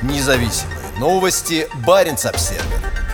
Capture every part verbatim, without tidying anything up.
Независимые новости. Баренц-Обсервер.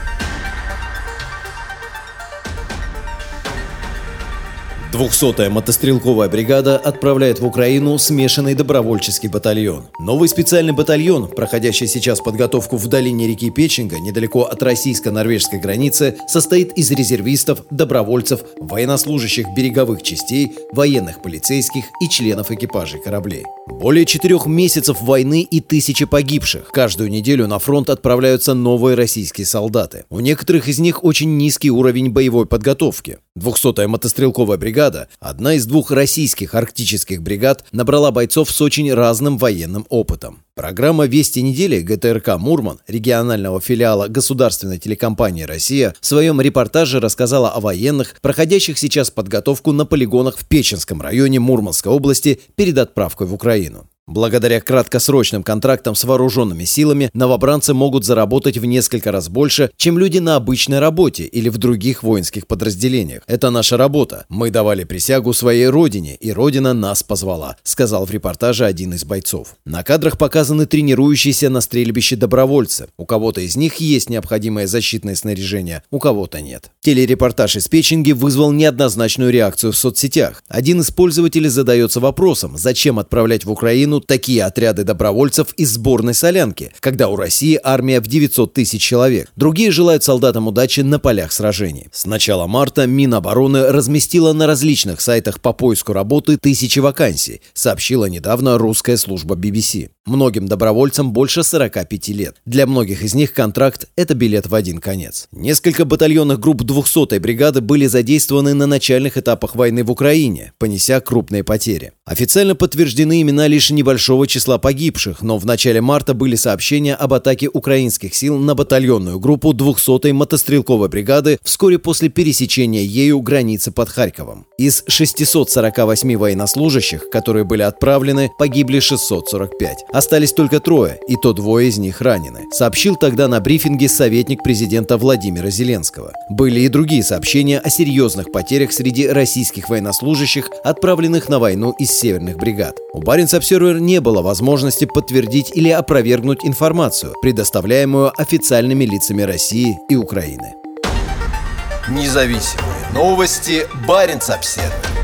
двухсотая мотострелковая бригада отправляет в Украину смешанный добровольческий батальон. Новый специальный батальон, проходящий сейчас подготовку в долине реки Печенга, недалеко от российско-норвежской границы, состоит из резервистов, добровольцев, военнослужащих береговых частей, военных полицейских и членов экипажей кораблей. Более четырех месяцев войны и тысячи погибших. Каждую неделю на фронт отправляются новые российские солдаты. У некоторых из них очень низкий уровень боевой подготовки. двухсотая мотострелковая бригада, одна из двух российских арктических бригад, набрала бойцов с очень разным военным опытом. Программа «Вести недели» гэ тэ эр ка «Мурман», регионального филиала государственной телекомпании «Россия», в своем репортаже рассказала о военных, проходящих сейчас подготовку на полигонах в Печенском районе Мурманской области перед отправкой в Украину. Благодаря краткосрочным контрактам с вооруженными силами новобранцы могут заработать в несколько раз больше, чем люди на обычной работе или в других воинских подразделениях. Это наша работа. Мы давали присягу своей родине, и родина нас позвала, сказал в репортаже один из бойцов. На кадрах показаны тренирующиеся на стрельбище добровольцы. У кого-то из них есть необходимое защитное снаряжение, у кого-то нет. Телерепортаж из Печенги вызвал неоднозначную реакцию в соцсетях. Один из пользователей задается вопросом, зачем отправлять в Украину такие отряды добровольцев из сборной солянки, когда у России армия в девятьсот тысяч человек. Другие желают солдатам удачи на полях сражений. С начала марта Минобороны разместила на различных сайтах по поиску работы тысячи вакансий, сообщила недавно русская служба би би си. Многим добровольцам больше сорока пяти лет. Для многих из них контракт – это билет в один конец. Несколько батальонных групп двухсотой бригады были задействованы на начальных этапах войны в Украине, понеся крупные потери. Официально подтверждены имена лишь небольшого числа погибших, но в начале марта были сообщения об атаке украинских сил на батальонную группу двухсотой мотострелковой бригады вскоре после пересечения ею границы под Харьковом. Из шестисот сорока восьми военнослужащих, которые были отправлены, погибли шестьсот сорок пять. Остались только трое, и то двое из них ранены, сообщил тогда на брифинге советник президента Владимира Зеленского. Были и другие сообщения о серьезных потерях среди российских военнослужащих, отправленных на войну из северных бригад. У Баренц-Обсервер не было возможности подтвердить или опровергнуть информацию, предоставляемую официальными лицами России и Украины. Независимые новости. Баренц-Обсервер.